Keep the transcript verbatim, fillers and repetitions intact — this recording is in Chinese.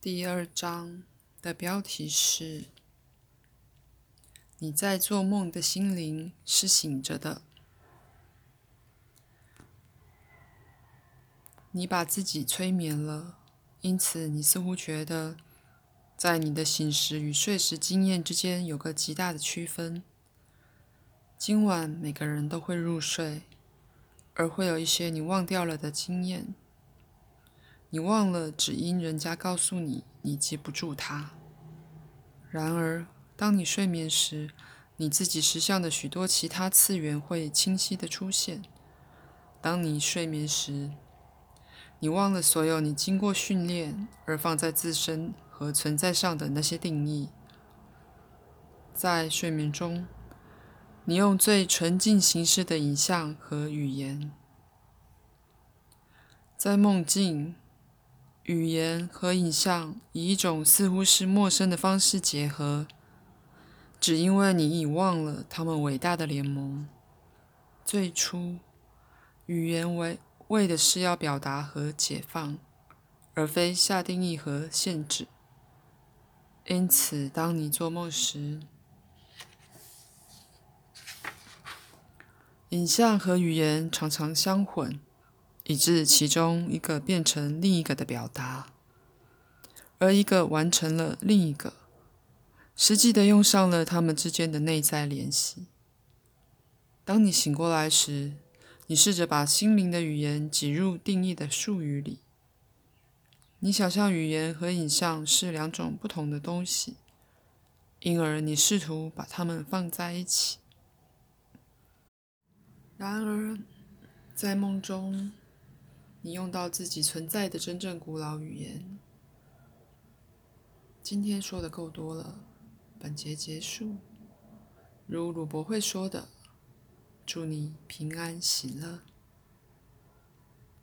第二章的标题是：你在做梦的心灵是醒着的。你把自己催眠了，因此你似乎觉得，在你的醒时与睡时经验之间有个极大的区分。今晚每个人都会入睡，而会有一些你忘掉了的经验。你忘了，只因人家告诉你，你记不住它。然而，当你睡眠时，你自己实相的许多其他次元会清晰地出现。当你睡眠时，你忘了所有你经过训练而放在自身和存在上的那些定义。在睡眠中，你用最纯净形式的影像和语言。在梦境，语言和影像以一种似乎是陌生的方式结合，只因为你已忘了他们伟大的联盟。最初，语言为为的是要表达和解放，而非下定义和限制。因此，当你做梦时，影像和语言常常相混，以致其中一个变成另一个的表达，而一个完成了另一个，实际地用上了它们之间的内在联系。当你醒过来时，你试着把心灵的语言挤入定义的术语里。你想象语言和影像是两种不同的东西，因而你试图把它们放在一起。然而，在梦中，你用到自己存在的真正古老语言。今天说的够多了，本节结束。如鲁伯会说的，祝你平安喜乐。